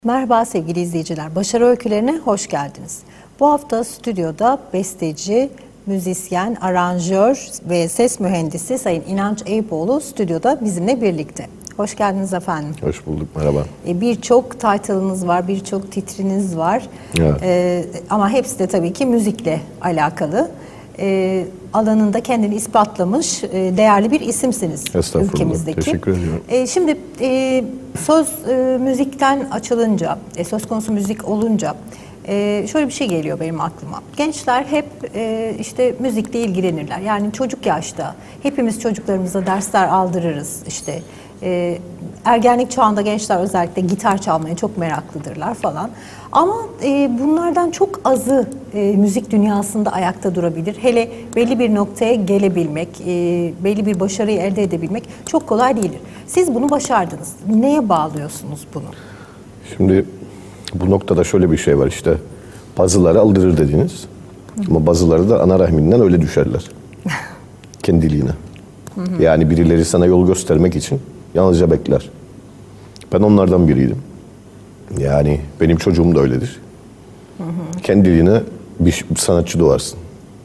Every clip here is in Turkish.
Merhaba sevgili izleyiciler, Başarı Öykülerine hoş geldiniz. Bu hafta stüdyoda besteci, müzisyen, aranjör ve ses mühendisi Sayın İnanç Eyüpoğlu stüdyoda bizimle birlikte. Hoş geldiniz efendim. Hoş bulduk, merhaba. Birçok title'ınız var, birçok titriniz var. Evet. Ama hepsi de tabii ki müzikle alakalı. Alanında kendini ispatlamış değerli bir isimsiniz ülkemizdeki. Teşekkür ediyorum. Şimdi söz müzikten açılınca, söz konusu müzik olunca şöyle bir şey geliyor benim aklıma. Gençler hep işte müzikle ilgilenirler. Yani çocuk yaşta hepimiz çocuklarımıza dersler aldırırız. İşte ergenlik çağında gençler özellikle gitar çalmaya çok meraklıdırlar falan. Ama bunlardan çok azı müzik dünyasında ayakta durabilir. Hele belli bir noktaya gelebilmek, belli bir başarıyı elde edebilmek çok kolay değildir. Siz bunu başardınız. Neye bağlıyorsunuz bunu? Şimdi bu noktada şöyle bir şey var işte. Bazıları aldırır dediniz. Ama bazıları da ana rahminden öyle düşerler. Kendiliğine. Yani birileri sana yol göstermek için yalnızca bekler. Ben onlardan biriydim. Yani benim çocuğum da öyledir. Kendiliğine bir sanatçı doğarsın.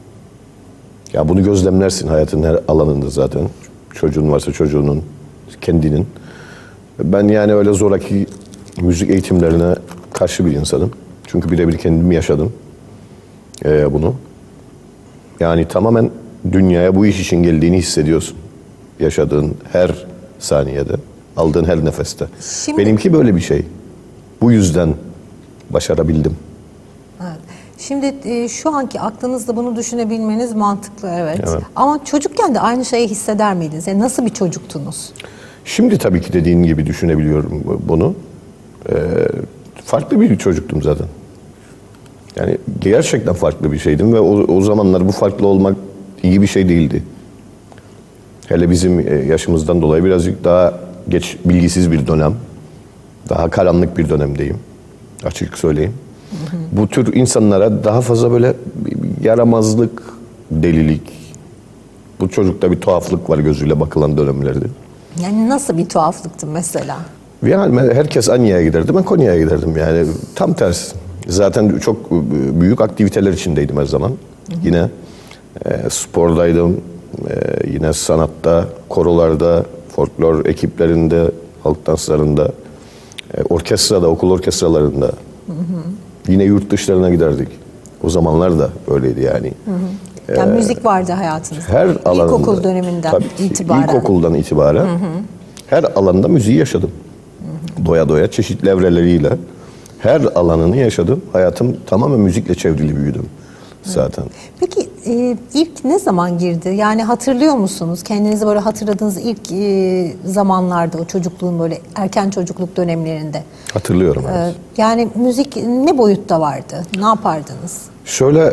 Ya bunu gözlemlersin hayatın her alanında zaten. Çocuğun varsa çocuğunun, kendinin. Ben yani öyle zoraki müzik eğitimlerine karşı bir insanım. Çünkü birebir kendim yaşadım bunu. Yani tamamen dünyaya bu iş için geldiğini hissediyorsun. Yaşadığın her saniyede, aldığın her nefeste. Benimki böyle bir şey. Bu yüzden başarabildim. Evet. Şimdi şu anki aklınızda bunu düşünebilmeniz mantıklı, evet. Ama çocukken de aynı şeyi hisseder miydiniz? Yani nasıl bir çocuktunuz? Şimdi tabii ki dediğin gibi düşünebiliyorum bunu. Farklı bir çocuktum zaten. Yani gerçekten farklı bir şeydim ve o zamanlar bu farklı olmak iyi bir şey değildi. Hele bizim yaşımızdan dolayı birazcık daha geç bilgisiz bir dönem. Daha karanlık bir dönemdeyim. Açık söyleyeyim. Bu tür insanlara daha fazla böyle yaramazlık, delilik, bu çocukta bir tuhaflık var gözüyle bakılan dönemlerdi. Yani nasıl bir tuhaflıktı mesela? Yani herkes Anya'ya giderdi, ben Konya'ya giderdim yani tam tersi. Zaten çok büyük aktiviteler içindeydim her zaman. Yine spordaydım, yine sanatta, korolarda, folklor ekiplerinde, halk danslarında, orkestrada, okul orkestralarında. Yine yurt dışlarına giderdik. O zamanlar da öyleydi yani. Yani müzik vardı hayatınızda. Her alanda. İlkokul döneminden itibaren. İlkokuldan itibaren her alanda müziği yaşadım. Doya doya çeşitli evreleriyle her alanını yaşadım. Hayatım tamamen müzikle çevrili büyüdüm zaten. Peki ilk ne zaman girdi? Yani hatırlıyor musunuz? Kendinizi böyle hatırladığınız ilk zamanlarda, o çocukluğun böyle erken çocukluk dönemlerinde. Hatırlıyorum. Evet. Yani müzik ne boyutta vardı? Ne yapardınız? Şöyle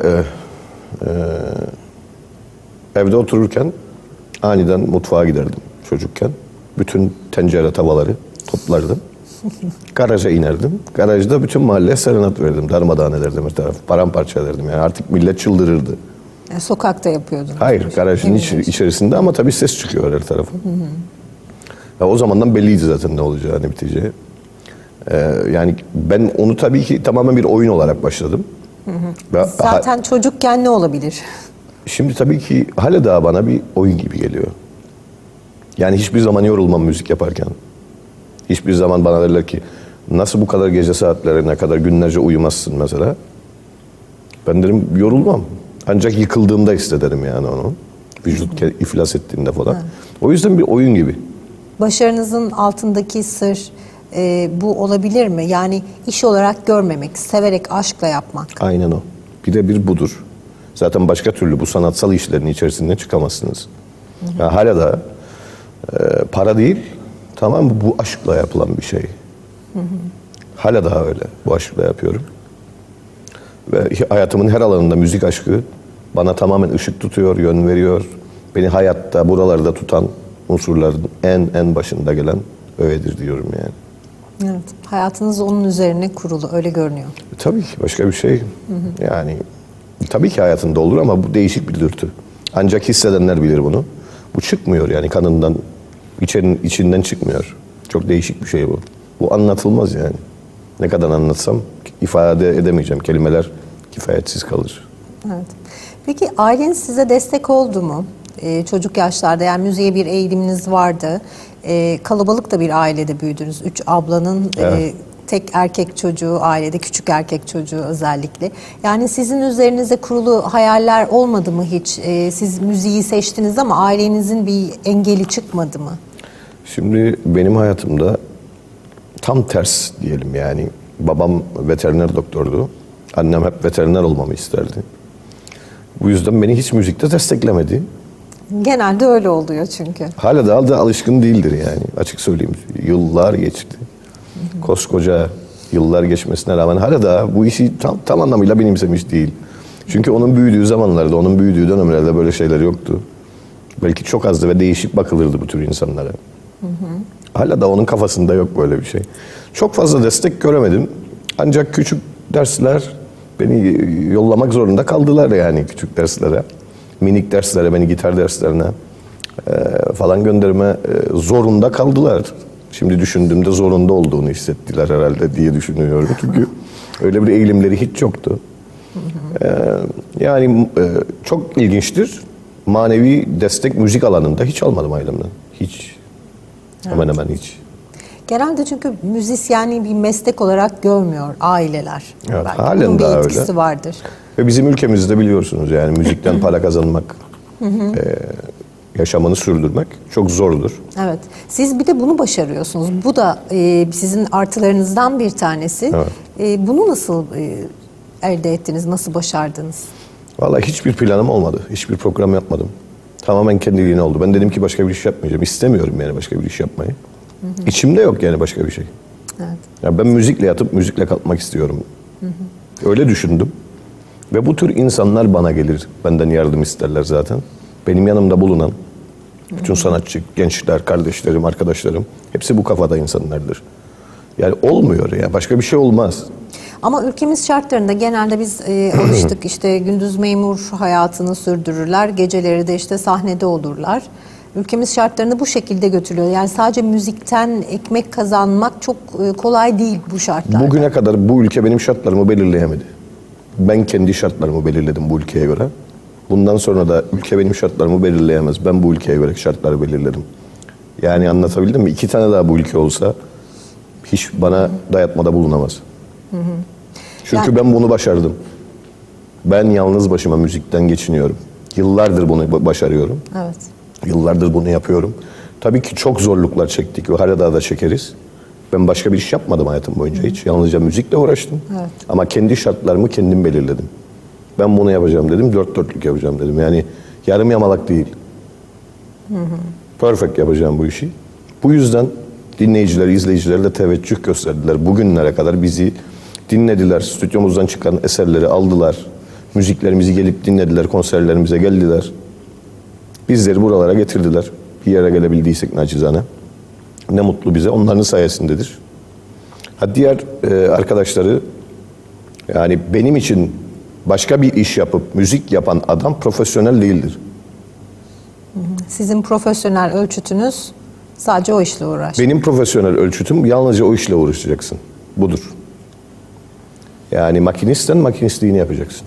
evde otururken aniden mutfağa giderdim çocukken. Bütün tencere tavaları toplardım. Garaja inerdim. Garajda bütün mahalleye serenat verdim. Darmadağın ederdim her tarafı. Paramparça ederdim. Yani artık millet çıldırırdı. Yani sokakta yapıyordunuz. Hayır, garajın içerisinde ama tabii ses çıkıyor her tarafa. Ya o zamandan belliydi zaten ne olacağı, ne biteceği. Yani ben onu tabii ki tamamen bir oyun olarak başladım. Zaten çocukken ne olabilir? Şimdi tabii ki hala daha bana bir oyun gibi geliyor. Yani hiçbir zaman yorulmam müzik yaparken. Hiçbir zaman bana derler ki nasıl bu kadar gece saatlerine kadar günlerce uyumazsın mesela. Ben derim yorulmam. Ancak yıkıldığımda hissederim yani onu. Vücut iflas ettiğinde falan. O yüzden bir oyun gibi. Başarınızın altındaki sır bu olabilir mi? Yani iş olarak görmemek, severek, aşkla yapmak. Aynen o. Bir budur. Zaten başka türlü bu sanatsal işlerin içerisinden çıkamazsınız. Yani hala da para değil, tamam mı? Bu aşkla yapılan bir şey. Hala daha öyle. Bu aşkla yapıyorum. Ve hayatımın her alanında müzik aşkı bana tamamen ışık tutuyor, yön veriyor. Beni hayatta, buralarda tutan unsurların en başında gelen öğedir diyorum yani. Evet. Hayatınız onun üzerine kurulu, öyle görünüyor. Tabii ki başka bir şey. Yani tabii ki hayatında olur ama bu değişik bir dürtü. Ancak hissedenler bilir bunu. Bu çıkmıyor yani kanından, içinden çıkmıyor. Çok değişik bir şey bu. Bu anlatılmaz yani. Ne kadar anlatsam ifade edemeyeceğim. Kelimeler kifayetsiz kalır. Evet. Peki aileniz size destek oldu mu? Çocuk yaşlarda yani müziğe bir eğiliminiz vardı. Kalabalık da bir ailede büyüdünüz. 3 ablanın Evet. tek erkek çocuğu ailede, küçük erkek çocuğu özellikle. Yani sizin üzerinize kurulu hayaller olmadı mı hiç? Siz müziği seçtiniz ama ailenizin bir engeli çıkmadı mı? Şimdi benim hayatımda tam ters diyelim yani. Babam veteriner doktordu. Annem hep veteriner olmamı isterdi. Bu yüzden beni hiç müzikte desteklemedi. Genelde öyle oluyor çünkü. Hala da alışkın değildir yani, açık söyleyeyim. Yıllar geçti. Koskoca yıllar geçmesine rağmen hala da bu işi tam anlamıyla benimsemiş değil. Çünkü onun büyüdüğü zamanlarda, onun büyüdüğü dönemlerde böyle şeyler yoktu. Belki çok azdı ve değişik bakılırdı bu tür insanlara. Hala da onun kafasında yok böyle bir şey. Çok fazla destek göremedim. Ancak küçük dersler beni yollamak zorunda kaldılar yani, küçük derslere. Minik derslere, beni gitar derslerine falan gönderme zorunda kaldılar. Şimdi düşündüğümde zorunda olduğunu hissettiler herhalde diye düşünüyorum. Çünkü öyle bir eğilimleri hiç yoktu. Yani çok ilginçtir. Manevi destek müzik alanında hiç almadım ailemden. Hiç. Hemen hemen hiç. Genelde çünkü müzisyeni bir meslek olarak görmüyor aileler. Evet, Belki halen bunun bir daha etkisi öyle. vardır. Ve bizim ülkemizde biliyorsunuz yani müzikten para kazanmak, yaşamını sürdürmek çok zordur. Evet. Siz bir de bunu başarıyorsunuz. Bu da sizin artılarınızdan bir tanesi. Bunu nasıl elde ettiniz? Nasıl başardınız? Vallahi hiçbir planım olmadı. Hiçbir program yapmadım. Tamamen kendiliğine oldu. Ben dedim ki başka bir iş yapmayacağım. İstemiyorum yani başka bir iş yapmayı. İçimde yok yani başka bir şey. Evet. Ya ben müzikle yatıp müzikle kalkmak istiyorum. Öyle düşündüm. Ve bu tür insanlar bana gelir. Benden yardım isterler zaten. Benim yanımda bulunan bütün sanatçı, gençler, kardeşlerim, arkadaşlarım hepsi bu kafada insanlardır. Yani olmuyor ya. Başka bir şey olmaz. Ama ülkemiz şartlarında genelde biz alıştık işte gündüz memur hayatını sürdürürler, geceleri de işte sahnede olurlar. Ülkemiz şartlarını bu şekilde götürüyor. Yani sadece müzikten ekmek kazanmak çok kolay değil bu şartlarda. Bugüne kadar bu ülke benim şartlarımı belirleyemedi. Ben kendi şartlarımı belirledim bu ülkeye göre. Bundan sonra da ülke benim şartlarımı belirleyemez. Ben bu ülkeye göre şartları belirledim. Yani anlatabildim mi? 2 tane daha bu ülke olsa hiç bana dayatmada bulunamaz. Çünkü ben bunu başardım. Ben yalnız başıma müzikten geçiniyorum. Yıllardır bunu başarıyorum. Evet. Yıllardır bunu yapıyorum. Tabii ki çok zorluklar çektik ve hala daha da çekeriz. Ben başka bir iş yapmadım hayatım boyunca hiç. Yalnızca müzikle uğraştım. Evet. Ama kendi şartlarımı kendim belirledim. Ben bunu yapacağım dedim, 4 dörtlük yapacağım dedim. Yani yarım yamalak değil. Perfect yapacağım bu işi. Bu yüzden dinleyiciler, izleyiciler de teveccüh gösterdiler. Bugünlere kadar bizi dinlediler. Stüdyomuzdan çıkan eserleri aldılar. Müziklerimizi gelip dinlediler, konserlerimize geldiler. Bizleri buralara getirdiler. Bir yere gelebildiysek nacizane. Ne mutlu bize. Onların sayesindedir. Diğer arkadaşları, yani benim için başka bir iş yapıp müzik yapan adam profesyonel değildir. Sizin profesyonel ölçütünüz sadece o işle uğraş. Benim profesyonel ölçütüm yalnızca o işle uğraşacaksın. Budur. Yani makinistsen makinistliğini yapacaksın.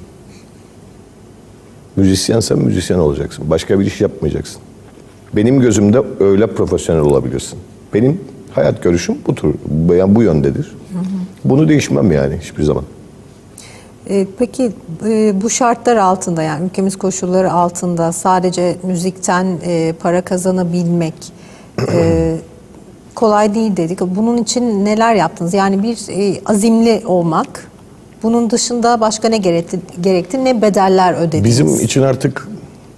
Müzisyensen müzisyen olacaksın. Başka bir iş yapmayacaksın. Benim gözümde öyle profesyonel olabilirsin. Benim hayat görüşüm yani bu yöndedir. Bunu değişmem yani hiçbir zaman. Peki bu şartlar altında yani ülkemiz koşulları altında sadece müzikten para kazanabilmek kolay değil dedik. Bunun için neler yaptınız? Yani bir azimli olmak. Bunun dışında başka ne gerekti? Ne bedeller ödediniz? Bizim için artık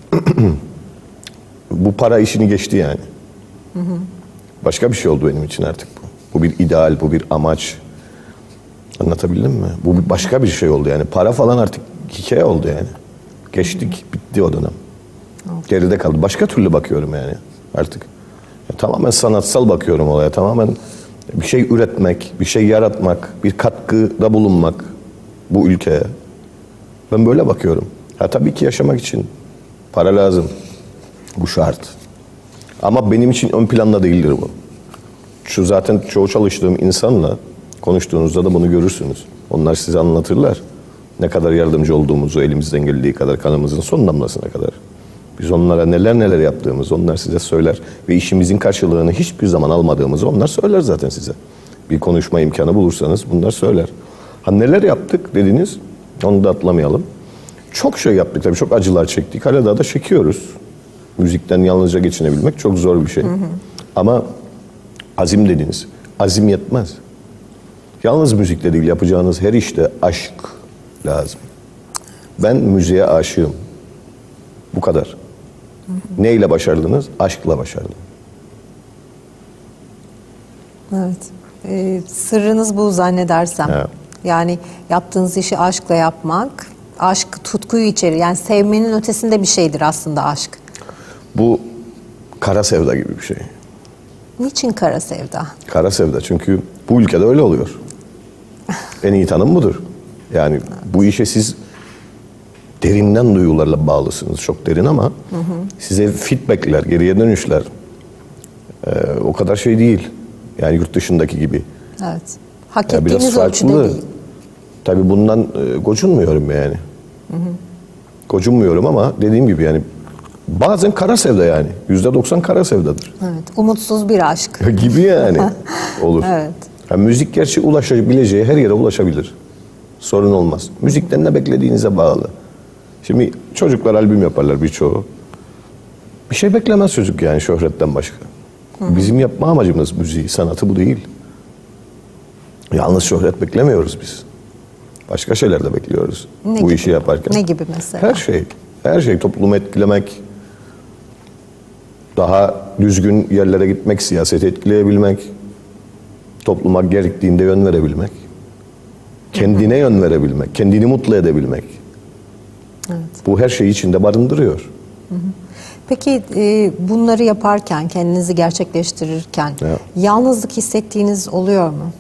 bu para işini geçti yani. Başka bir şey oldu benim için artık bu. Bu bir ideal, bu bir amaç. Anlatabildim mi? Bu başka bir şey oldu yani. Para falan artık hikaye oldu yani. Geçtik, bitti o dönem. Geride kaldı. Başka türlü bakıyorum yani artık. Tamamen sanatsal bakıyorum olaya. Tamamen bir şey üretmek, bir şey yaratmak, bir katkıda bulunmak bu ülkeye. Ben böyle bakıyorum. Tabii ki yaşamak için para lazım. Bu şart. Ama benim için ön planda değildir bu. Zaten çoğu çalıştığım insanla Konuştuğunuzda da bunu görürsünüz. Onlar size anlatırlar. Ne kadar yardımcı olduğumuzu, elimizden geldiği kadar, kanımızın son damlasına kadar. Biz onlara neler yaptığımızı onlar size söyler. Ve işimizin karşılığını hiçbir zaman almadığımızı onlar söyler zaten size. Bir konuşma imkanı bulursanız bunlar söyler. Ha neler yaptık dediniz, onu da atlamayalım. Çok şey yaptık tabii, çok acılar çektik. Hala daha da çekiyoruz. Müzikten yalnızca geçinebilmek çok zor bir şey. Ama azim dediniz. Azim yetmez. Yalnız müzikle değil, yapacağınız her işte aşk lazım. Ben müziğe aşığım. Bu kadar. Neyle başardınız? Aşkla başardım. Evet. Sırrınız bu zannedersem. Evet. Yani yaptığınız işi aşkla yapmak, aşk tutkuyu içerir. Yani sevmenin ötesinde bir şeydir aslında aşk. Bu kara sevda gibi bir şey. Niçin kara sevda? Kara sevda çünkü bu ülkede öyle oluyor. En iyi tanım budur. Yani bu işe siz derinden duygularla bağlısınız. Çok derin ama size feedbackler, geriye dönüşler o kadar şey değil. Yani yurt dışındaki gibi. Evet. Hak Yani ettiğiniz ölçüde değil. Tabii bundan gocunmuyorum yani. Gocunmuyorum ama dediğim gibi yani bazen kara sevda yani. %90 kara sevdadır. Evet. Umutsuz bir aşk. Gibi yani olur. Evet. Yani müzik gerçi ulaşabileceği her yere ulaşabilir. Sorun olmaz. Müzikten ne beklediğinize bağlı. Şimdi çocuklar albüm yaparlar birçoğu. Bir şey beklemez çocuk yani şöhretten başka. Bizim yapma amacımız müziği, sanatı bu değil. Yalnız şöhret beklemiyoruz biz. Başka şeyler de bekliyoruz Ne bu gibi? işi yaparken. Ne gibi mesela? Her şey. Her şey. Toplumu etkilemek, daha düzgün yerlere gitmek, siyaseti etkileyebilmek, topluma gerektiğinde yön verebilmek, kendine yön verebilmek, kendini mutlu edebilmek. Evet. Bu her şeyi içinde barındırıyor. Peki bunları yaparken, kendinizi gerçekleştirirken Evet. yalnızlık hissettiğiniz oluyor mu?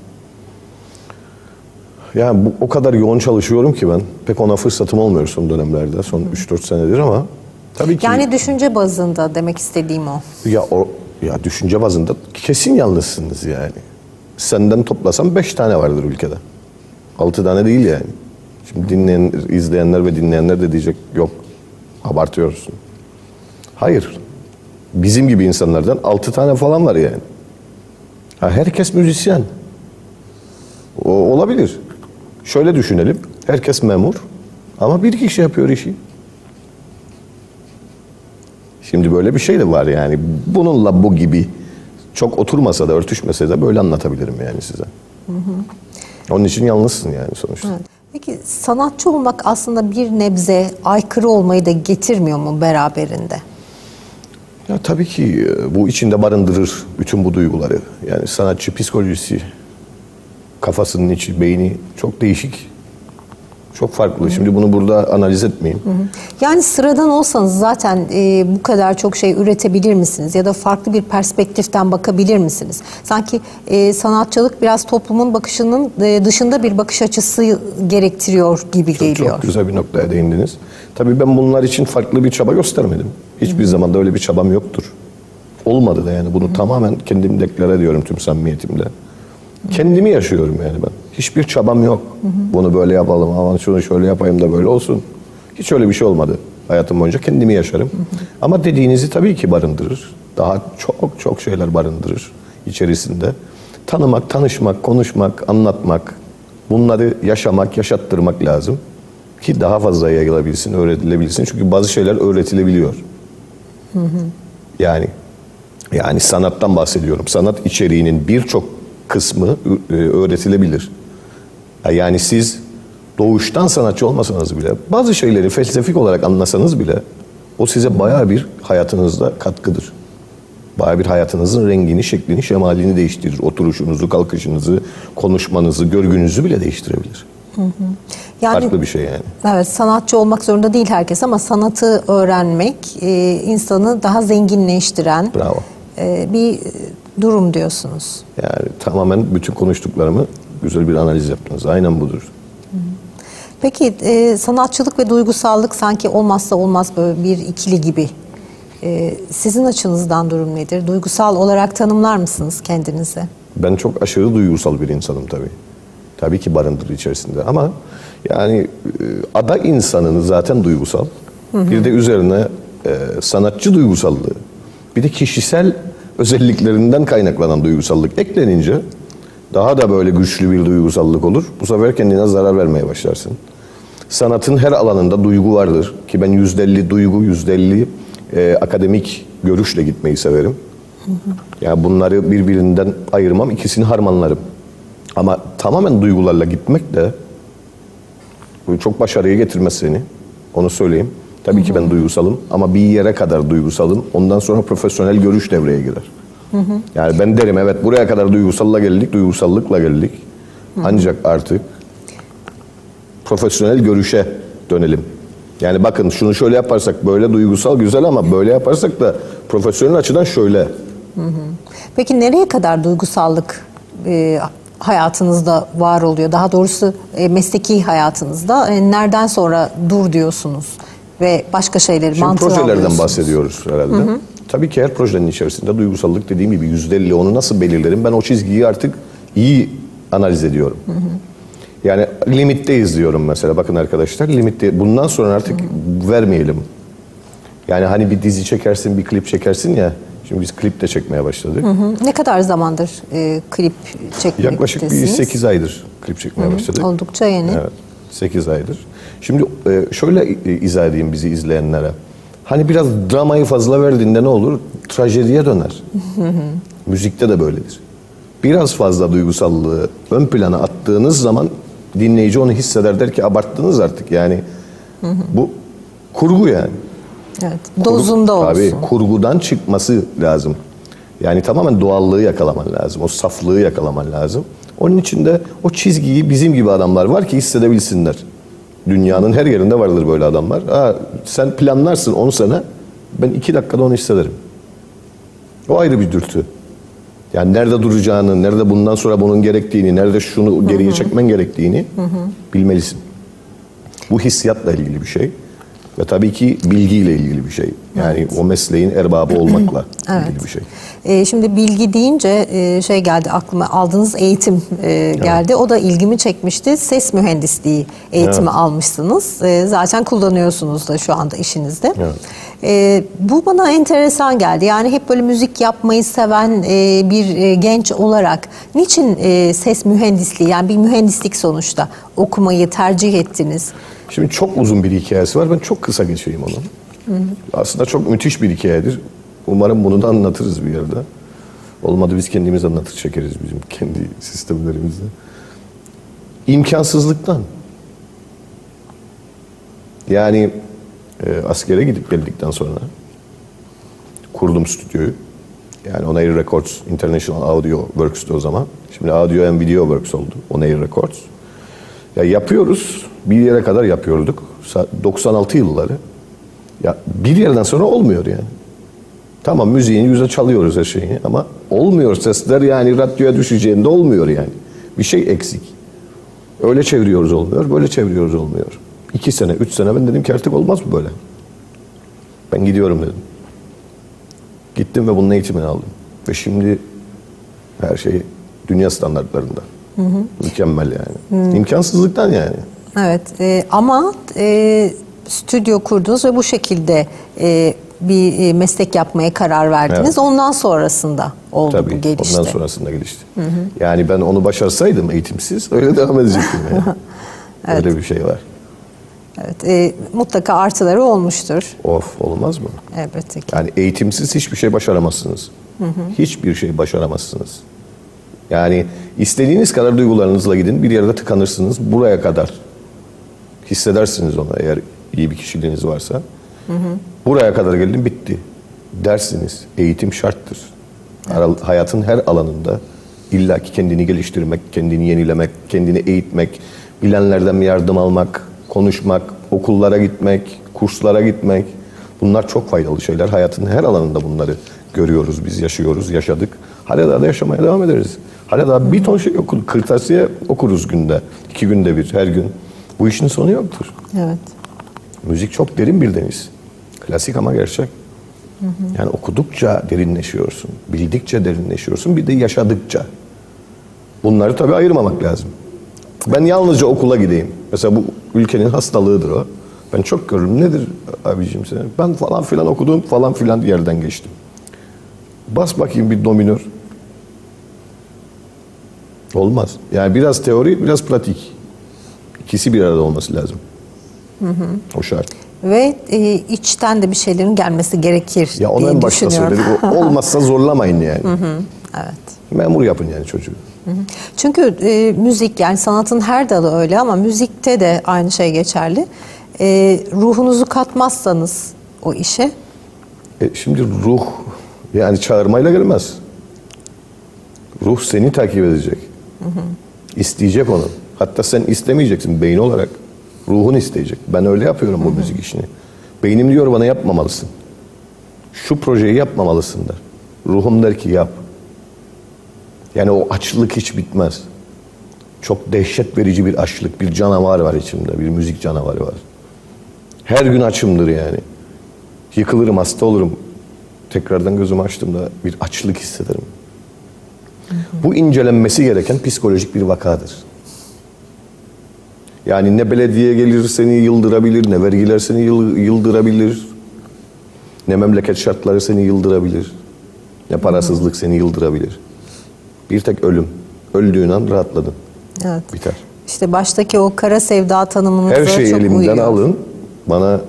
Yani o kadar yoğun çalışıyorum ki ben pek ona fırsatım olmuyor son dönemlerde, son 3-4 senedir ama tabii ki Yani düşünce bazında demek istediğim o. ya düşünce bazında kesin yalnızsınız yani. Senden toplasam 5 tane vardır ülkede. 6 tane değil yani. Şimdi izleyenler ve dinleyenler de diyecek yok abartıyorsun. Hayır. Bizim gibi insanlardan 6 tane falan var yani. Ha, herkes müzisyen. O olabilir. Şöyle düşünelim. Herkes memur ama bir kişi yapıyor işi. Şimdi böyle bir şey de var yani. Bununla bu gibi çok oturmasa da örtüşmese de böyle anlatabilirim yani size. Onun için yalnızsın yani sonuçta. Evet. Peki sanatçı olmak aslında bir nebze aykırı olmayı da getirmiyor mu beraberinde? Ya tabii ki bu içinde barındırır bütün bu duyguları. Yani sanatçı psikolojisi, kafasının içi, beyni çok değişik. Çok farklı. Şimdi bunu burada analiz etmeyeyim. Yani sıradan olsanız zaten bu kadar çok şey üretebilir misiniz? Ya da farklı bir perspektiften bakabilir misiniz? Sanki sanatçılık biraz toplumun bakışının dışında bir bakış açısı gerektiriyor gibi geliyor. Çok güzel bir noktaya değindiniz. Tabii ben bunlar için farklı bir çaba göstermedim. Hiçbir zaman da öyle bir çabam yoktur. Olmadı da yani bunu tamamen kendim deklare ediyorum tüm samimiyetimle. Kendimi yaşıyorum yani ben. Hiçbir çabam yok. Bunu böyle yapalım, aman şunu şöyle yapayım da böyle olsun. Hiç öyle bir şey olmadı. Hayatım boyunca kendimi yaşarım. Ama dediğinizi tabii ki barındırır. Daha çok şeyler barındırır içerisinde. Tanımak, tanışmak, konuşmak, anlatmak, bunları yaşamak, yaşattırmak lazım. Ki daha fazla yayılabilsin, öğretilebilsin. Çünkü bazı şeyler öğretilebiliyor. Yani sanattan bahsediyorum. Sanat içeriğinin birçok kısmı öğretilebilir. Yani siz doğuştan sanatçı olmasanız bile, bazı şeyleri felsefik olarak anlasanız bile o size bayağı bir hayatınızda katkıdır. Bayağı bir hayatınızın rengini, şeklini, şemalini değiştirir. Oturuşunuzu, kalkışınızı, konuşmanızı, görgünüzü bile değiştirebilir. Yani, farklı bir şey yani. Evet, sanatçı olmak zorunda değil herkes ama sanatı öğrenmek insanı daha zenginleştiren Bravo. Bir durum diyorsunuz. Yani tamamen bütün konuştuklarımı güzel bir analiz yaptınız. Aynen budur. Peki sanatçılık ve duygusallık sanki olmazsa olmaz böyle bir ikili gibi. Sizin açınızdan durum nedir? Duygusal olarak tanımlar mısınız kendinizi? Ben çok aşırı duygusal bir insanım tabii. Tabii ki barındırır içerisinde ama yani ada insanının zaten duygusal. Bir de üzerine sanatçı duygusallığı, bir de kişisel özelliklerinden kaynaklanan duygusallık eklenince daha da böyle güçlü bir duygusallık olur. Bu sefer kendine zarar vermeye başlarsın. Sanatın her alanında duygu vardır ki ben %50 duygu, %50 akademik görüşle gitmeyi severim. Yani bunları birbirinden ayırmam, ikisini harmanlarım. Ama tamamen duygularla gitmek de çok başarıya getirmez seni. Onu söyleyeyim. Tabii ki ben duygusalım ama bir yere kadar duygusalım. Ondan sonra profesyonel görüş devreye girer. Yani ben derim evet buraya kadar duygusalla geldik, duygusallıkla geldik. Ancak artık profesyonel görüşe dönelim. Yani bakın şunu şöyle yaparsak böyle duygusal güzel ama böyle yaparsak da profesyonel açıdan şöyle. Peki nereye kadar duygusallık hayatınızda var oluyor? Daha doğrusu mesleki hayatınızda nereden sonra dur diyorsunuz ve başka şeyleri Şimdi mantığa projelerden alıyorsunuz? bahsediyoruz herhalde. Tabii ki her projenin içerisinde duygusallık dediğim gibi %50 onu nasıl belirlerim? Ben o çizgiyi artık iyi analiz ediyorum. Yani limitteyiz diyorum mesela. Bakın arkadaşlar limitte. Bundan sonra artık vermeyelim. Yani hani bir dizi çekersin, bir klip çekersin ya. Şimdi biz klip de çekmeye başladık. Ne kadar zamandır klip çekmektesiniz? Yaklaşık bir 8 aydır klip çekmeye başladık. Oldukça yeni. Evet, 8 aydır. Şimdi şöyle izah edeyim bizi izleyenlere. Hani biraz dramayı fazla verdiğinde ne olur? Trajediye döner. Müzikte de böyledir. Biraz fazla duygusallığı ön plana attığınız zaman dinleyici onu hisseder, der ki abarttınız artık yani. Bu kurgu yani. Evet. Dozunda olsun. Tabii kurgudan çıkması lazım. Yani tamamen doğallığı yakalaman lazım. O saflığı yakalaman lazım. Onun için de o çizgiyi bizim gibi adamlar var ki hissedebilsinler. Dünyanın her yerinde vardır böyle adamlar. Sen planlarsın 10 sene, ben 2 dakikada onu hissederim. O ayrı bir dürtü. Yani nerede duracağını, nerede bundan sonra bunun gerektiğini, nerede şunu geriye çekmen gerektiğini bilmelisin. Bu hissiyatla ilgili bir şey. Ve tabii ki bilgiyle ilgili bir şey. Yani o mesleğin erbabı olmakla ilgili bir şey. Şimdi bilgi deyince şey geldi aklıma, aldığınız eğitim geldi. O da ilgimi çekmişti. Ses mühendisliği eğitimi almışsınız. Zaten kullanıyorsunuz da şu anda işinizde. Bu bana enteresan geldi. Yani hep böyle müzik yapmayı seven bir genç olarak niçin ses mühendisliği, yani bir mühendislik sonuçta okumayı tercih ettiniz? Şimdi çok uzun bir hikayesi var. Ben çok kısa geçeyim onu. Aslında çok müthiş bir hikayedir. Umarım bunu da anlatırız bir yerde. Olmadı biz kendimiz anlatır çekeriz bizim kendi sistemlerimizde. İmkansızlıktan. Yani askere gidip geldikten sonra kurdum stüdyoyu. Yani On Air Records, International Audio Works'tu o zaman. Şimdi Audio and Video Works oldu. On Air Records. Ya yapıyoruz. Bir yere kadar yapıyorduk. 96 yılları. Ya bir yerden sonra olmuyor yani. Tamam müziğin yüze çalıyoruz her şeyi ama olmuyor sesler, yani radyoya düşeceğinde olmuyor yani. Bir şey eksik. Öyle çeviriyoruz olmuyor, böyle çeviriyoruz olmuyor. 2 sene, 3 sene ben dedim ki artık olmaz mı böyle? Ben gidiyorum dedim. Gittim ve bunun eğitimini aldım. Ve şimdi her şey dünya standartlarında. Mükemmel yani. İmkansızlıktan yani. Evet ama stüdyo kurdunuz ve bu şekilde bir meslek yapmaya karar verdiniz. Evet. Ondan sonrasında oldu tabii, bu gelişti. Ondan sonrasında gelişti. Yani ben onu başarsaydım eğitimsiz öyle devam edecektim yani. Evet. Öyle bir şey var. Evet, mutlaka artıları olmuştur. Olmaz mı? Elbette ki. Yani eğitimsiz hiçbir şey başaramazsınız. Hiçbir şey başaramazsınız. Yani istediğiniz kadar duygularınızla gidin, bir yerde tıkanırsınız. Buraya kadar hissedersiniz onu eğer iyi bir kişiliğiniz varsa. Buraya kadar geldim, bitti dersiniz. Eğitim şarttır. Hayatın her alanında illaki kendini geliştirmek, kendini yenilemek, kendini eğitmek, bilenlerden yardım almak, konuşmak, okullara gitmek, kurslara gitmek. Bunlar çok faydalı şeyler. Hayatın her alanında bunları görüyoruz, biz yaşıyoruz, yaşadık. Hala daha da yaşamaya devam ederiz. Hala daha bir ton şey okuruz. Kırtasiye okuruz günde, 2 günde bir, her gün. Bu işin sonu yoktur. Evet. Müzik çok derin bir deniz. Klasik ama gerçek. Yani okudukça derinleşiyorsun, bildikçe derinleşiyorsun, bir de yaşadıkça. Bunları tabii ayırmamak lazım. Ben yalnızca okula gideyim. Mesela bu ülkenin hastalığıdır o. Ben çok görürüm. Nedir abicim sen? Ben falan filan okudum, falan filan yerden geçtim. Bas bakayım bir dominör. Olmaz. Yani biraz teori, biraz pratik. İkisi bir arada olması lazım. O şart. Ve içten de bir şeylerin gelmesi gerekir Ya onu diye en başta düşünüyorum. söyledik. O olmazsa zorlamayın yani. Evet. Memur yapın yani çocuğu. Çünkü müzik, yani sanatın her dalı öyle ama müzikte de aynı şey geçerli. Ruhunuzu katmazsanız o işe, Şimdi ruh yani çağırmayla gelmez. Ruh seni takip edecek. İsteyecek onu. Hatta sen istemeyeceksin beyin olarak. Ruhun isteyecek. Ben öyle yapıyorum bu müzik işini. Beynim diyor bana yapmamalısın. Şu projeyi yapmamalısın der. Ruhum der ki yap. Yani o açlık hiç bitmez. Çok dehşet verici bir açlık, bir canavar var içimde. Bir müzik canavarı var. Her gün açımdır yani. Yıkılırım, hasta olurum. Tekrardan gözümü açtığımda bir açlık hissederim. Bu incelenmesi gereken psikolojik bir vakadır. Yani ne belediye gelir seni yıldırabilir, ne vergiler seni yıldırabilir, ne memleket şartları seni yıldırabilir, ne parasızlık seni yıldırabilir. Bir tek ölüm. Öldüğün an rahatladın. evet. Biter. İşte baştaki o kara sevda tanımınıza Her şeyi çok elimden uyuyor. alın. Bana,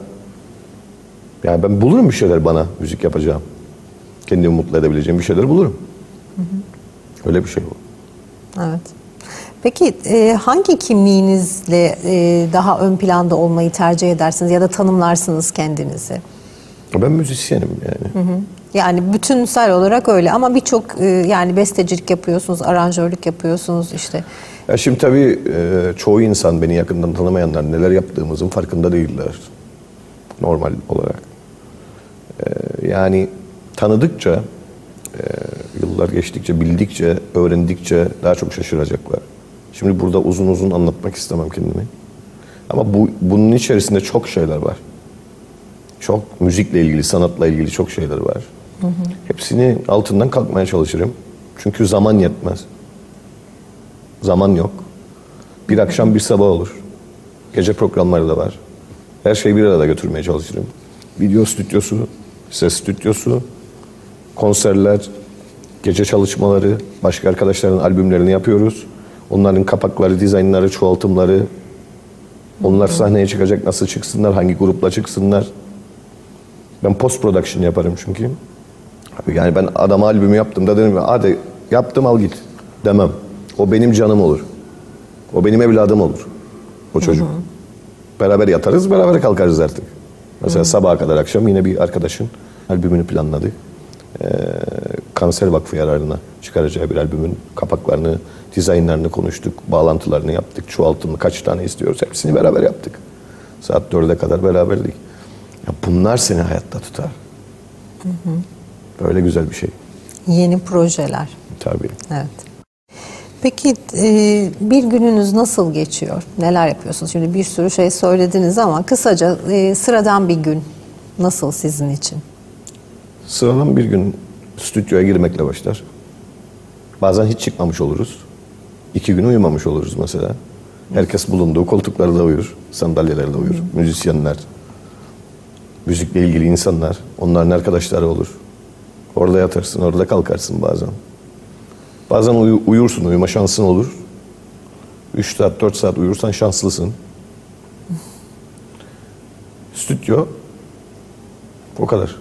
yani ben bulurum bir şeyler bana müzik yapacağım. Kendimi mutlu edebileceğim bir şeyler bulurum. Öyle bir şey bu. Evet. Peki hangi kimliğinizle daha ön planda olmayı tercih edersiniz ya da tanımlarsınız kendinizi? Ben müzisyenim yani. Yani bütünsel olarak öyle ama birçok yani bestecilik yapıyorsunuz, aranjörlük yapıyorsunuz işte. Ya şimdi tabii çoğu insan beni yakından tanımayanlar neler yaptığımızın farkında değiller. Normal olarak. Yani tanıdıkça, yıllar geçtikçe, bildikçe, öğrendikçe daha çok şaşıracaklar. Şimdi burada uzun uzun anlatmak istemem kendimi. Ama bunun içerisinde çok şeyler var. Çok müzikle ilgili, sanatla ilgili çok şeyler var. Hepsini altından kalkmaya çalışırım. Çünkü zaman yetmez. Zaman yok. Bir akşam bir sabah olur. Gece programları da var. Her şeyi bir arada götürmeye çalışırım. Video stüdyosu, ses stüdyosu, konserler, gece çalışmaları, başka arkadaşların albümlerini yapıyoruz. Onların kapakları, dizaynları, çoğaltımları. Onlar sahneye çıkacak, nasıl çıksınlar, hangi grupla çıksınlar. Ben post production yaparım çünkü. Yani ben adama albümü yaptığımda derim ki hadi yaptım al git demem. O benim canım olur. O benim evladım olur. O çocuk. Beraber yatarız, beraber kalkarız artık. Mesela sabaha kadar akşam yine bir arkadaşın albümünü planladı. Kanser Vakfı yararına çıkaracağı bir albümün kapaklarını, dizaynlarını konuştuk, bağlantılarını yaptık, çoğaltımını kaç tane istiyoruz hepsini beraber yaptık. Saat 4'e kadar beraberdik. Ya bunlar seni hayatta tutar. Böyle güzel bir şey. Yeni projeler. Tabii. Evet. Peki bir gününüz nasıl geçiyor? Neler yapıyorsunuz? Şimdi bir sürü şey söylediniz ama kısaca sıradan bir gün nasıl sizin için? Sıradan bir gün stüdyoya girmekle başlar. Bazen hiç çıkmamış oluruz. 2 gün uyumamış oluruz mesela. Herkes bulunduğu koltuklarda uyur, sandalyelerde uyur. Müzisyenler, müzikle ilgili insanlar, onların arkadaşları olur. Orada yatarsın, orada kalkarsın bazen. Bazen uyursun, uyuma şansın olur. 3 saat, 4 saat uyursan şanslısın. Stüdyo, o kadar.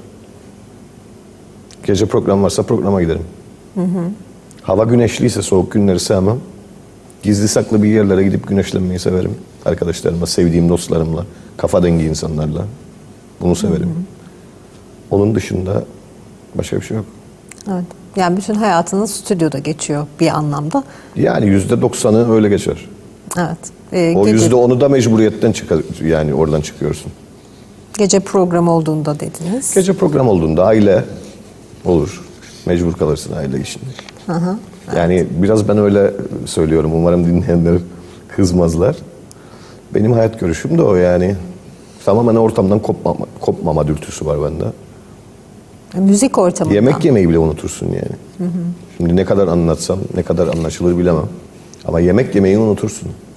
Gece program varsa programa giderim. Hava güneşliyse soğuk günleri sevmem. Gizli saklı bir yerlere gidip güneşlenmeyi severim. Arkadaşlarımla, sevdiğim dostlarımla, kafa dengi insanlarla. Bunu severim. Onun dışında başka bir şey yok. Evet. Yani bütün hayatınız stüdyoda geçiyor bir anlamda. Yani %90'ı öyle geçer. Evet. O %10'u da mecburiyetten çıkar, yani oradan çıkıyorsun. Gece programı olduğunda dediniz. Gece program olduğunda aile olur. Mecbur kalırsın aile işinde. Yani biraz ben öyle söylüyorum. Umarım dinleyenler kızmazlar. Benim hayat görüşüm de o yani. Tamamen ortamdan kopmama dürtüsü var bende. Müzik ortamında. Yemek yemeyi bile unutursun yani. Şimdi ne kadar anlatsam, ne kadar anlaşılır bilemem. Ama yemek yemeyi unutursun.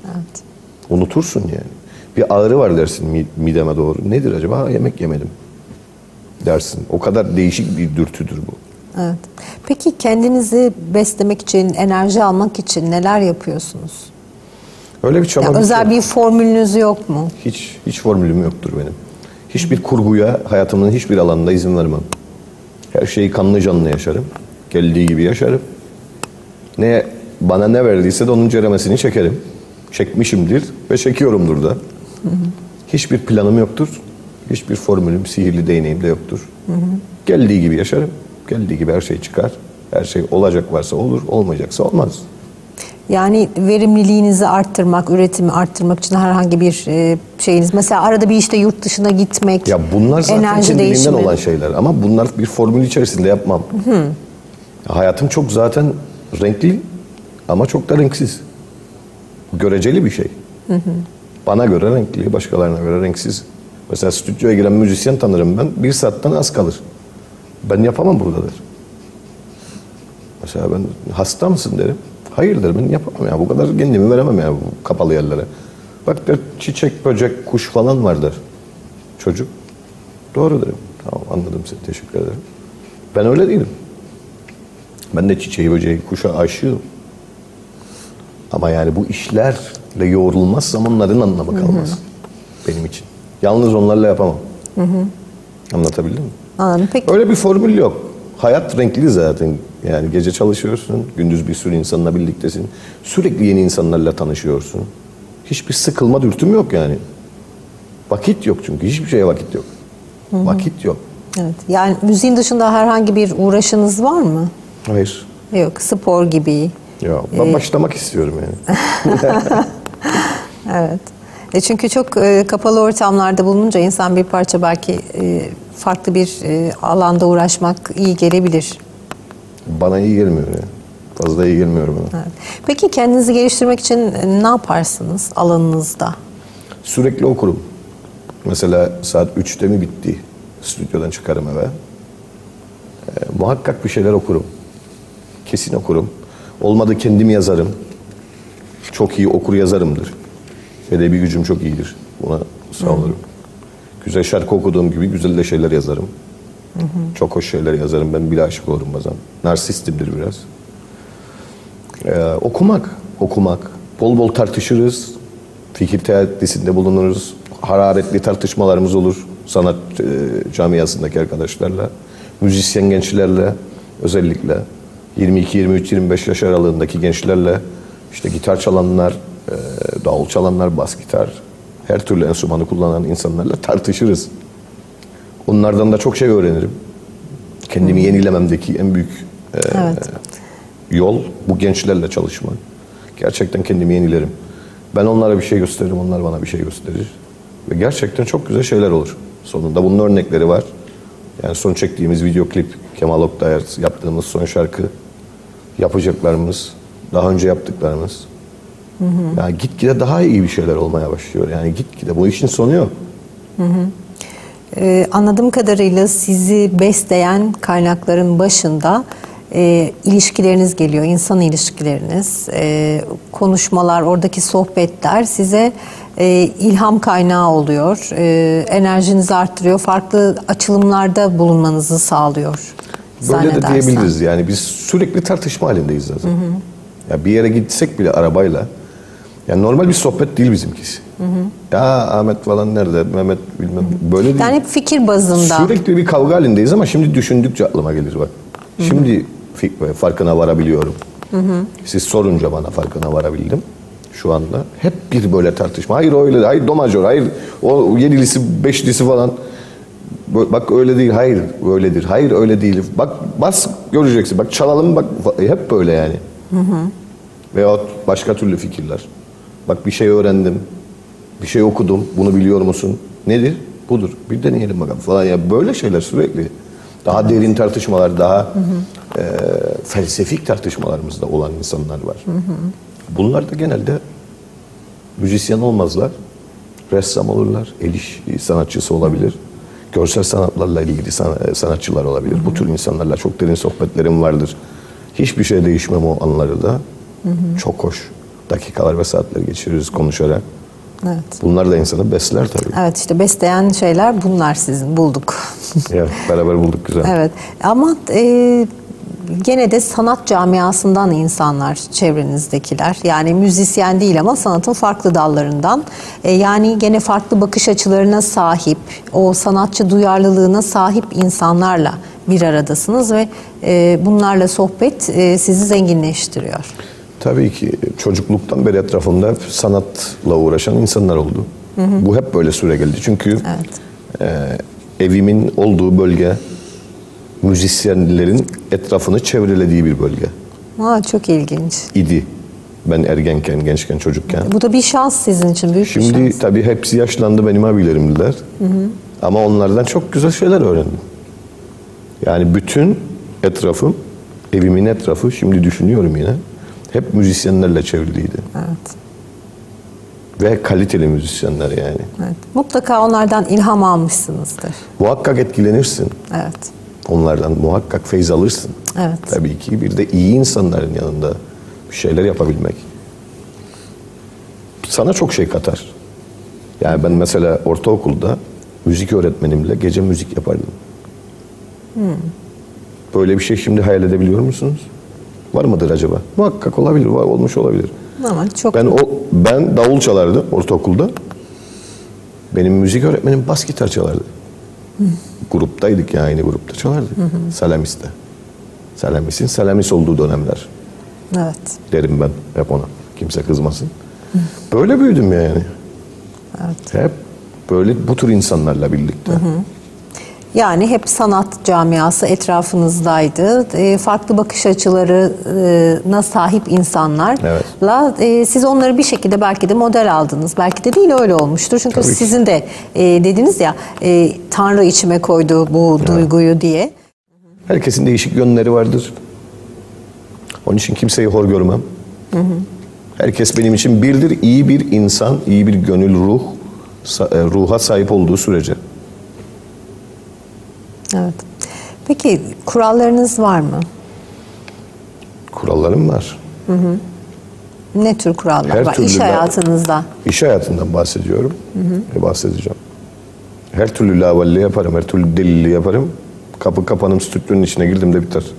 Evet. Unutursun yani. Bir ağrı var dersin mideme doğru. Nedir acaba? Ha, yemek yemedim dersin. O kadar değişik bir dürtüdür bu. Evet. Peki kendinizi beslemek için, enerji almak için neler yapıyorsunuz? Öyle bir çaba. Ya özel bir formülünüz yok mu? Hiç formülüm yoktur benim. Hiçbir kurguya hayatımın hiçbir alanında izin vermem. Her şeyi kanlı canlı yaşarım. Geldiği gibi yaşarım. Bana ne verdiyse de onun ceremesini çekerim. Çekmişimdir ve çekiyorumdur da. Hiçbir planım yoktur. Hiçbir formülüm, sihirli değneğim de yoktur. Geldiği gibi yaşarım. Geldiği gibi her şey çıkar. Her şey olacak varsa olur, olmayacaksa olmaz. Yani verimliliğinizi arttırmak, üretimi arttırmak için herhangi bir şeyiniz. Mesela arada bir işte yurt dışına gitmek, Ya bunlar zaten enerji kendiliğinden değişimi. olan şeyler. Ama bunlar bir formül içerisinde yapmam. Hayatım çok zaten renkli ama çok da renksiz. Göreceli bir şey. Bana göre renkli, başkalarına göre renksiz. Mesela stüdyoya giren müzisyen tanırım ben. 1 saatten az kalır. Ben yapamam burada der. Mesela ben hasta mısın derim. Hayır derim, ben yapamam ya. Bu kadar kendimi veremem ya bu kapalı yerlere. Bak der, çiçek, böcek, kuş falan var der. Çocuk. Doğru derim. Tamam, anladım seni, teşekkür ederim. Ben öyle değilim. Ben de çiçeği, böceği, kuşa aşığım. Ama yani bu işlerle yoğrulmazsam onların anlamı kalmaz. Benim için. Yalnız onlarla yapamam. Anlatabildim mi? Anladım. Peki. Öyle bir formül yok. Hayat renkli zaten. Yani gece çalışıyorsun, gündüz bir sürü insanla birliktesin. Sürekli yeni insanlarla tanışıyorsun. Hiçbir sıkılma dürtüm yok yani. Vakit yok çünkü. Hiçbir şeye vakit yok. Vakit yok. Evet. Yani müziğin dışında herhangi bir uğraşınız var mı? Hayır. Yok. Spor gibi. Ya ben başlamak istiyorum yani. Evet. Çünkü çok kapalı ortamlarda bulununca insan bir parça belki farklı bir alanda uğraşmak iyi gelebilir. Bana iyi gelmiyor ya. Fazla iyi gelmiyor bana. Evet. Peki kendinizi geliştirmek için ne yaparsınız alanınızda? Sürekli okurum. Mesela saat 3'te mi bitti? Stüdyodan çıkarım eve. Muhakkak bir şeyler okurum. Kesin okurum. Olmadı kendim yazarım. Çok iyi okur yazarımdır. Edebi gücüm çok iyidir. Buna sağlarım. Güzel şarkı okuduğum gibi güzel de şeyler yazarım. Çok hoş şeyler yazarım. Ben bile aşık olurum bazen. Narsistimdir biraz. Okumak. Bol bol tartışırız. Fikir teatisinde bulunuruz. Hararetli tartışmalarımız olur. Sanat camiasındaki arkadaşlarla. Müzisyen gençlerle özellikle. 22, 23, 25 yaş aralığındaki gençlerle. İşte gitar çalanlar, davul çalanlar, bas gitar. Her türlü enstrümanı kullanan insanlarla tartışırız. Onlardan da çok şey öğrenirim. Kendimi yenilememdeki en büyük yol bu gençlerle çalışmak. Gerçekten kendimi yenilerim. Ben onlara bir şey gösteririm, onlar bana bir şey gösterir. Ve gerçekten çok güzel şeyler olur. Sonunda bunun örnekleri var. Yani son çektiğimiz video klip, Kemal Oktayar yaptığımız son şarkı, yapacaklarımız, daha önce yaptıklarımız. Yani gitgide daha iyi bir şeyler olmaya başlıyor. Yani gitgide bu işin sonu yok. Anladığım kadarıyla sizi besleyen kaynakların başında ilişkileriniz geliyor, insan ilişkileriniz, konuşmalar, oradaki sohbetler size ilham kaynağı oluyor, enerjinizi arttırıyor, farklı açılımlarda bulunmanızı sağlıyor. Böyle de diyebiliriz yani biz sürekli tartışma halindeyiz zaten. Ya bir yere gitsek bile arabayla, yani normal bir sohbet değil bizimkisi. Ya Ahmet falan nerede, Mehmet bilmem, böyle değil. Yani fikir bazında. Sürekli bir kavga halindeyiz ama şimdi düşündükçe aklıma gelir bak. Şimdi farkına varabiliyorum. Siz sorunca bana farkına varabildim şu anda. Hep bir böyle tartışma. Hayır öyle, hayır domajör, hayır o yedilisi, beşlisi falan. Bak öyle değil, hayır öyledir, hayır öyle değil. Bak bas göreceksin, bak çalalım, bak hep böyle yani. Veyahut başka türlü fikirler. Bak bir şey öğrendim, bir şey okudum, bunu biliyor musun? Nedir? Budur. Bir deneyelim bakalım falan. Ya böyle şeyler sürekli. Daha derin tartışmalar, daha felsefik tartışmalarımızda olan insanlar var. Bunlar da genelde müzisyen olmazlar. Ressam olurlar, el iş sanatçısı olabilir. Görsel sanatlarla ilgili sanatçılar olabilir. Bu tür insanlarla çok derin sohbetlerim vardır. Hiçbir şey değişmem o anları da. Çok hoş. dakikalar ve saatler geçiriyoruz konuşarak. Evet. Bunlar da insanı besler tabii. Evet, işte besleyen şeyler bunlar, sizin bulduk. Evet, beraber bulduk, güzel. Evet, ama gene de sanat camiasından insanlar çevrenizdekiler. Yani müzisyen değil ama sanatın farklı dallarından. Yani gene farklı bakış açılarına sahip, o sanatçı duyarlılığına sahip insanlarla bir aradasınız ve bunlarla sohbet sizi zenginleştiriyor. Tabii ki çocukluktan beri etrafımda hep sanatla uğraşan insanlar oldu. Bu hep böyle süre geldi. Çünkü evimin olduğu bölge müzisyenlerin etrafını çevrelediği bir bölge Çok ilginç. idi. Ben ergenken, gençken, çocukken. Bu da bir şans sizin için, büyük bir şans. Şimdi tabii hepsi yaşlandı, benim abilerimdiler. Ama onlardan çok güzel şeyler öğrendim. Yani bütün etrafım, evimin etrafı, şimdi düşünüyorum yine, hep müzisyenlerle çevriliydi. Evet. Ve kaliteli müzisyenler yani. Evet. Mutlaka onlardan ilham almışsınızdır. Muhakkak etkilenirsin. Evet. Onlardan muhakkak feyz alırsın. Evet. Tabii ki bir de iyi insanların yanında bir şeyler yapabilmek sana çok şey katar. Yani ben mesela ortaokulda müzik öğretmenimle gece müzik yapardım. Böyle bir şey şimdi hayal edebiliyor musunuz? Var mıdır acaba? Muhakkak olabilir, var, olmuş olabilir. Ama çok Ben davul çalardım ortaokulda. Benim müzik öğretmenim bas gitar çalardı. Gruptaydık ya, aynı grupta çalardık. Salamis'te. Salamis'in Salamis olduğu dönemler. evet. Derim ben hep ona. Kimse kızmasın. Böyle büyüdüm yani. Evet. Hep böyle bu tür insanlarla birlikte. Yani hep sanat camiası etrafınızdaydı. Farklı bakış açılarına sahip insanlarla siz onları bir şekilde belki de model aldınız. Belki de değil, öyle olmuştur. Çünkü Tabii ki. sizin de dediniz ya, Tanrı içime koydu bu duyguyu diye. Herkesin değişik yönleri vardır. Onun için kimseyi hor görmem. Herkes benim için birdir. İyi bir insan, iyi bir gönül, ruha sahip olduğu sürece. Evet. Peki kurallarınız var mı? Kurallarım var. Ne tür kurallar Her var türlü iş hayatınızda? İş hayatından bahsediyorum. Bahsedeceğim. Her türlü lavalli yaparım, her türlü delili yaparım. Kapı kapanım, stüdyonun içine girdim de biter.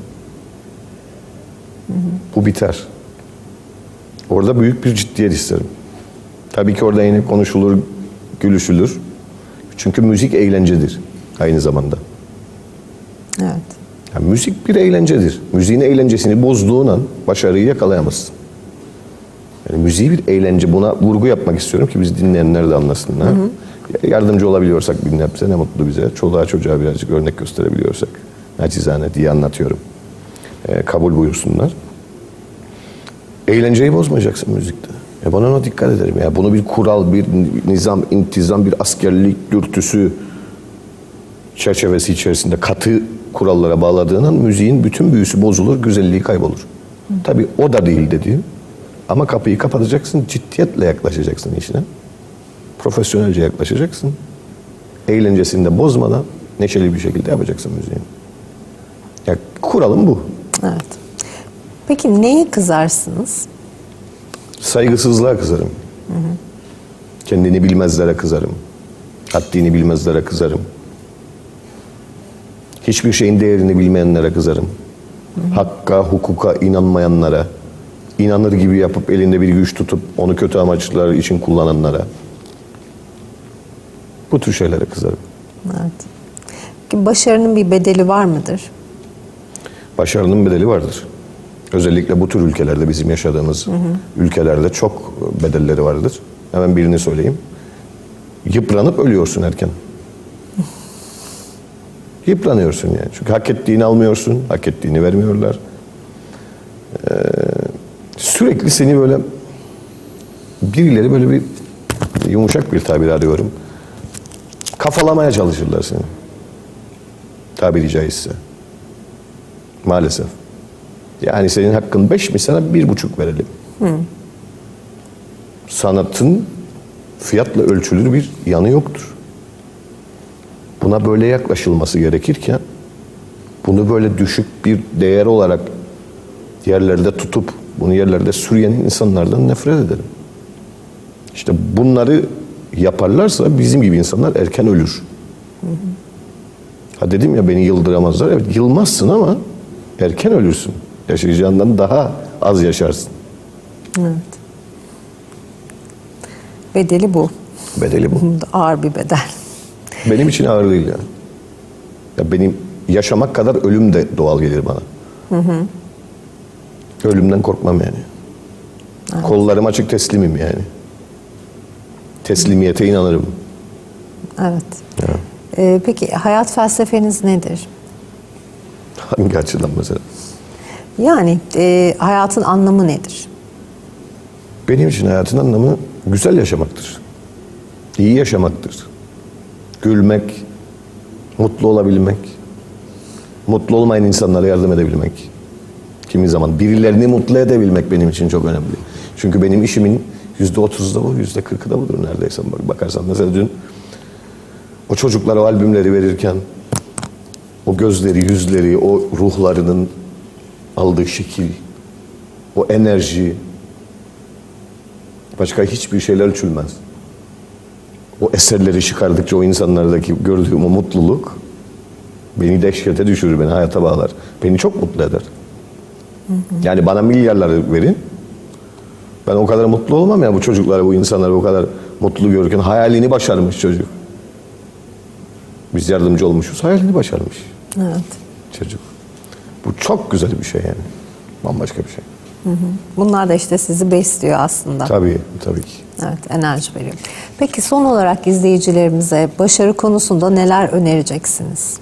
Bu biter. Orada büyük bir ciddiyet isterim. Tabii ki orada yine konuşulur, gülüşülür. Çünkü müzik eğlencedir aynı zamanda. Evet. Yani müzik bir eğlencedir. Müziğin eğlencesini bozduğun an başarıyı yakalayamazsın. Yani müziği bir eğlence. Buna vurgu yapmak istiyorum ki biz dinleyenler de anlasınlar. Yardımcı olabiliyorsak dinlepse ne mutlu bize. Çoluğa çocuğa birazcık örnek gösterebiliyorsak. Nacizane diye anlatıyorum. Kabul buyursunlar. Eğlenceyi bozmayacaksın müzikte. Bana ona dikkat ederim. Ya bunu bir kural, bir nizam, intizam, bir askerlik dürtüsü çerçevesi içerisinde katı kurallara bağladığın müziğin bütün büyüsü bozulur, güzelliği kaybolur. Tabii o da değil dediğim. Ama kapıyı kapatacaksın, ciddiyetle yaklaşacaksın işine. Profesyonelce yaklaşacaksın. Eğlencesini de bozmadan neşeli bir şekilde yapacaksın müziğini. Ya kuralım bu. Evet. Peki neye kızarsınız? Saygısızlığa kızarım. Kendini bilmezlere kızarım. Haddini bilmezlere kızarım. Hiçbir şeyin değerini bilmeyenlere kızarım. Hakka, hukuka inanmayanlara, inanır gibi yapıp elinde bir güç tutup onu kötü amaçlar için kullananlara. Bu tür şeylere kızarım. Evet. Peki başarının bir bedeli var mıdır? Başarının bedeli vardır. Özellikle bu tür ülkelerde, bizim yaşadığımız ülkelerde çok bedelleri vardır. Hemen birini söyleyeyim. Yıpranıp ölüyorsun erken. Yıpranıyorsun yani. Çünkü hak ettiğini almıyorsun, hak ettiğini vermiyorlar. Sürekli seni böyle birileri böyle bir yumuşak bir tabir arıyorum. Kafalamaya çalışırlar seni. Tabiri caizse. Maalesef. Yani senin hakkın 5 mi, sana 1,5 verelim. Sanatın fiyatla ölçülür bir yanı yoktur. Buna böyle yaklaşılması gerekirken bunu böyle düşük bir değer olarak yerlerde tutup bunu yerlerde sürüyen insanlardan nefret ederim. İşte bunları yaparlarsa bizim gibi insanlar erken ölür. Ha dedim ya, beni yıldıramazlar. Evet, yılmazsın ama erken ölürsün. Yaşayacağından daha az yaşarsın. Evet. Bedeli bu. Bedeli bu. Ağır bir bedel. Benim için ağır değil yani. Ya benim yaşamak kadar ölüm de doğal gelir bana. Ölümden korkmam yani. Evet. Kollarım açık, teslimim yani. Teslimiyete inanırım. Evet. Ya. Peki hayat felsefeniz nedir? Hangi açıdan mesela? Yani hayatın anlamı nedir? Benim için hayatın anlamı güzel yaşamaktır. İyi yaşamaktır. Gülmek, mutlu olabilmek, mutlu olmayan insanlara yardım edebilmek. Kimi zaman birilerini mutlu edebilmek benim için çok önemli. Çünkü benim işimin %30'u da bu, %40'ı da budur neredeyse. Bakarsan mesela dün o çocuklara o albümleri verirken o gözleri, yüzleri, o ruhlarının aldığı şekil, o enerji, başka hiçbir şeyler ölçülmez. O eserleri çıkardıkça o insanlardaki gördüğüm o mutluluk beni dehşete düşürür, beni hayata bağlar. Beni çok mutlu eder. Yani bana milyarları verin, ben o kadar mutlu olmam ya, bu çocukları, bu insanları o kadar mutlu görürken. Hayalini başarmış çocuk. Biz yardımcı olmuşuz, hayalini başarmış. Evet. Çocuk. Bu çok güzel bir şey yani. Bambaşka bir şey. Bunlar da işte sizi besliyor aslında. Tabii, tabii ki. Evet, enerji veriyor. Peki son olarak izleyicilerimize başarı konusunda neler önereceksiniz?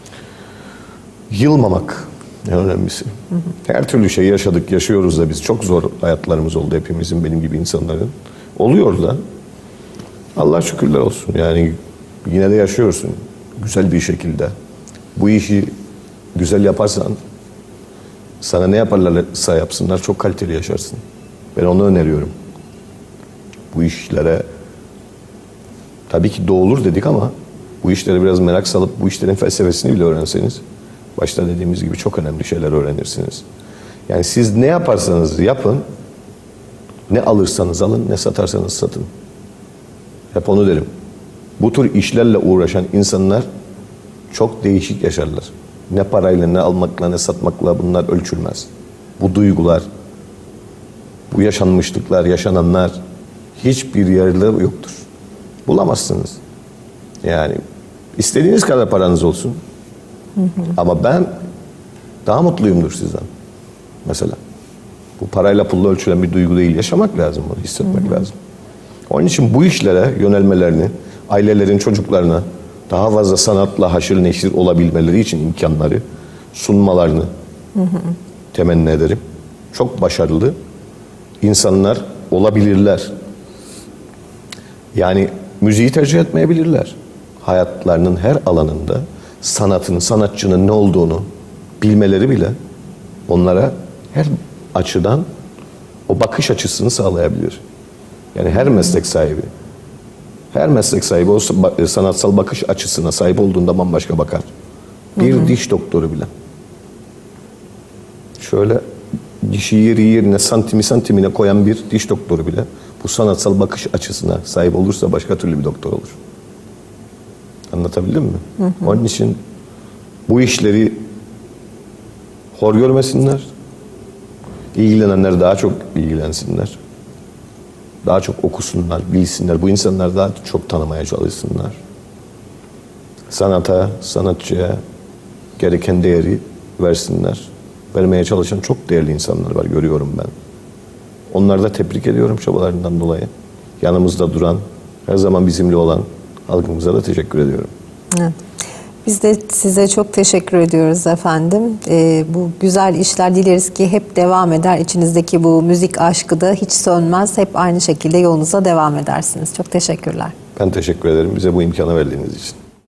Yılmamak en önemlisi. Her türlü şeyi yaşadık, yaşıyoruz da biz. Çok zor hayatlarımız oldu hepimizin, benim gibi insanların. Oluyor da. Allah şükürler olsun. Yani yine de yaşıyorsun. Güzel bir şekilde. Bu işi güzel yaparsan, sana ne yaparlarsa yapsınlar çok kaliteli yaşarsın. Ben onu öneriyorum. Bu işlere tabii ki doğulur dedik ama bu işlere biraz merak salıp bu işlerin felsefesini bile öğrenseniz, başta dediğimiz gibi çok önemli şeyler öğrenirsiniz. Yani siz ne yaparsanız yapın, ne alırsanız alın, ne satarsanız satın. Hep onu derim. Bu tür işlerle uğraşan insanlar çok değişik yaşarlar. Ne parayla, ne almakla, ne satmakla bunlar ölçülmez. Bu duygular, bu yaşanmışlıklar, yaşananlar hiçbir yerde yoktur. Bulamazsınız. Yani istediğiniz kadar paranız olsun. Ama ben daha mutluyumdur sizden. Mesela. Bu parayla pulla ölçülen bir duygu değil. Yaşamak lazım bunu, hissetmek lazım. Onun için bu işlere yönelmelerini, ailelerin çocuklarına daha fazla sanatla haşır neşir olabilmeleri için imkanları sunmalarını temenni ederim. Çok başarılı insanlar olabilirler. Yani müziği tercih etmeyebilirler. Hayatlarının her alanında sanatın, sanatçının ne olduğunu bilmeleri bile onlara her açıdan o bakış açısını sağlayabilir. Yani her meslek sahibi o sanatsal bakış açısına sahip olduğunda bambaşka bakar. Bir diş doktoru bile. Şöyle dişi yeri yerine, santimi santimine koyan bir diş doktoru bile bu sanatsal bakış açısına sahip olursa başka türlü bir doktor olur. Anlatabildim mi? Onun için bu işleri hor görmesinler. İlgilenenler daha çok ilgilensinler. Daha çok okusunlar, bilsinler. Bu insanlar daha çok tanımaya çalışsınlar. Sanata, sanatçıya gereken değeri versinler. Vermeye çalışan çok değerli insanlar var, görüyorum ben. Onları da tebrik ediyorum çabalarından dolayı. Yanımızda duran, her zaman bizimle olan halkımıza da teşekkür ediyorum. Evet. Biz de size çok teşekkür ediyoruz efendim. Bu güzel işler dileriz ki hep devam eder. İçinizdeki bu müzik aşkı da hiç sönmez. Hep aynı şekilde yolunuza devam edersiniz. Çok teşekkürler. Ben teşekkür ederim bize bu imkanı verdiğiniz için.